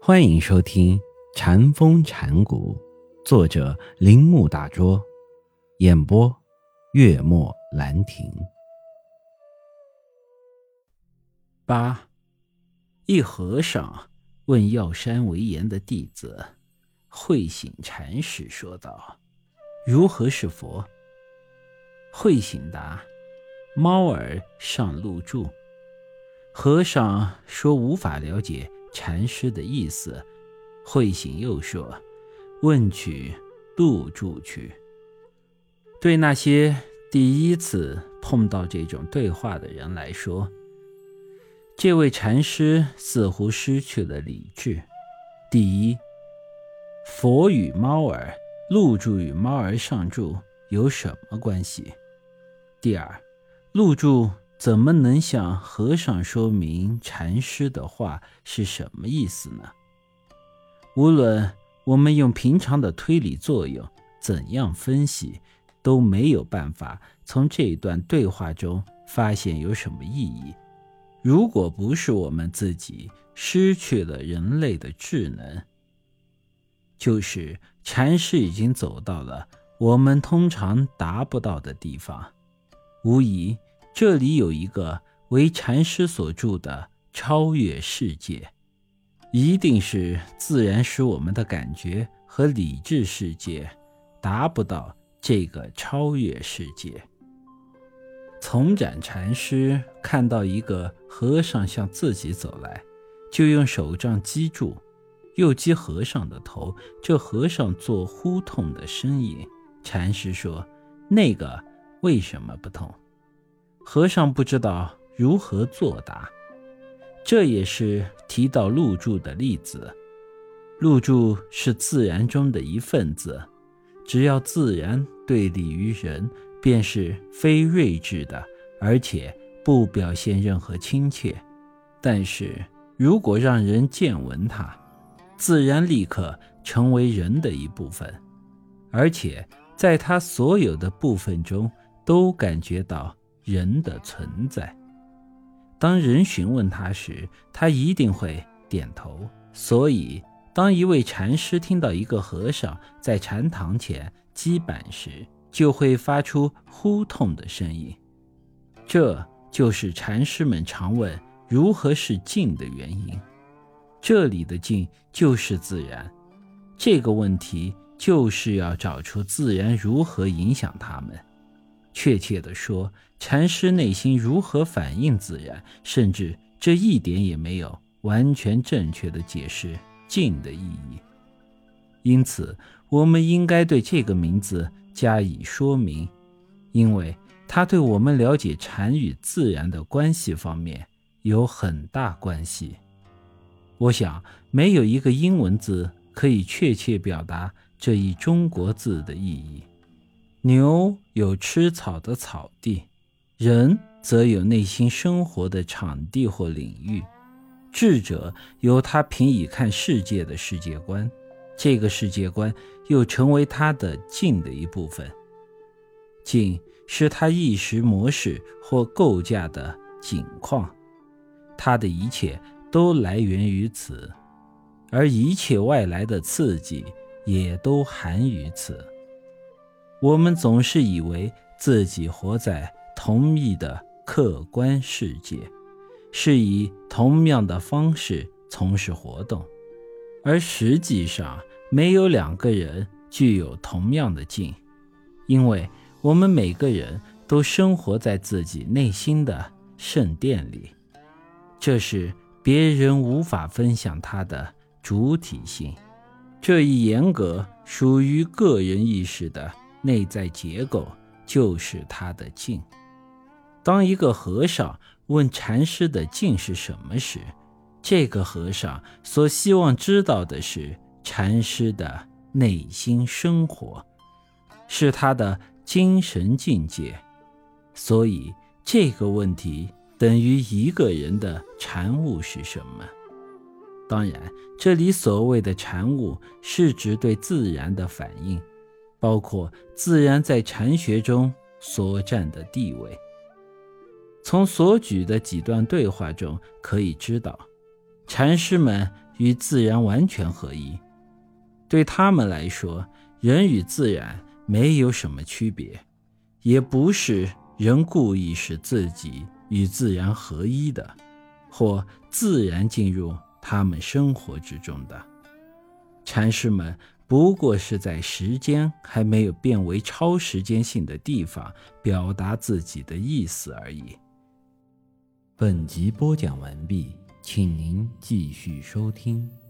欢迎收听《禅风禅谷》，作者铃木大拙，演播月末兰亭。 8. 一和尚问药山为岩的弟子慧醒禅师说道：如何是佛？慧醒答：猫儿上露柱。和尚说无法了解禅师的意思，慧醒又说：问取露柱去。对那些第一次碰到这种对话的人来说，这位禅师似乎失去了理智。第一，佛与猫儿，露柱与猫儿上柱有什么关系？第二，露柱怎么能向和尚说明禅师的话是什么意思呢？无论我们用平常的推理作用怎样分析，都没有办法从这段对话中发现有什么意义。如果不是我们自己失去了人类的智能，就是禅师已经走到了我们通常达不到的地方。无疑，这里有一个为禅师所著的超越世界，一定是自然使我们的感觉和理智世界达不到这个超越世界。从展禅师看到一个和尚向自己走来，就用手杖击住，又击和尚的头，这和尚做呼痛的声音。禅师说：那个为什么不痛？和尚不知道如何作答。这也是提到露柱的例子。露柱是自然中的一份子，只要自然对立于人，便是非睿智的，而且不表现任何亲切。但是如果让人见闻它，自然立刻成为人的一部分，而且在它所有的部分中都感觉到人的存在。当人询问他时，他一定会点头。所以当一位禅师听到一个和尚在禅堂前击板时，就会发出呼痛的声音。这就是禅师们常问如何是静的原因。这里的静就是自然，这个问题就是要找出自然如何影响他们。确切地说，禅师内心如何反映自然，甚至这一点也没有完全正确地解释静的意义。因此我们应该对这个名字加以说明，因为它对我们了解禅与自然的关系方面有很大关系。我想没有一个英文字可以确切表达这一中国字的意义。牛有吃草的草地，人则有内心生活的场地或领域。智者有他凭以看世界的世界观，这个世界观又成为他的静的一部分。静是他意识模式或构架的景况，他的一切都来源于此，而一切外来的刺激也都含于此。我们总是以为自己活在同一的客观世界，是以同样的方式从事活动，而实际上没有两个人具有同样的静，因为我们每个人都生活在自己内心的圣殿里，这是别人无法分享它的主体性。这一严格属于个人意识的内在结构就是它的静。当一个和尚问禅师的静是什么时，这个和尚所希望知道的是禅师的内心生活，是他的精神境界。所以这个问题等于一个人的禅悟是什么？当然，这里所谓的禅悟是指对自然的反应，包括自然在禅学中所占的地位。从所举的几段对话中可以知道，禅师们与自然完全合一。对他们来说，人与自然没有什么区别，也不是人故意使自己与自然合一的，或自然进入他们生活之中的。禅师们不过是在时间还没有变为超时间性的地方表达自己的意思而已。 本集播讲完毕，请您继续收听。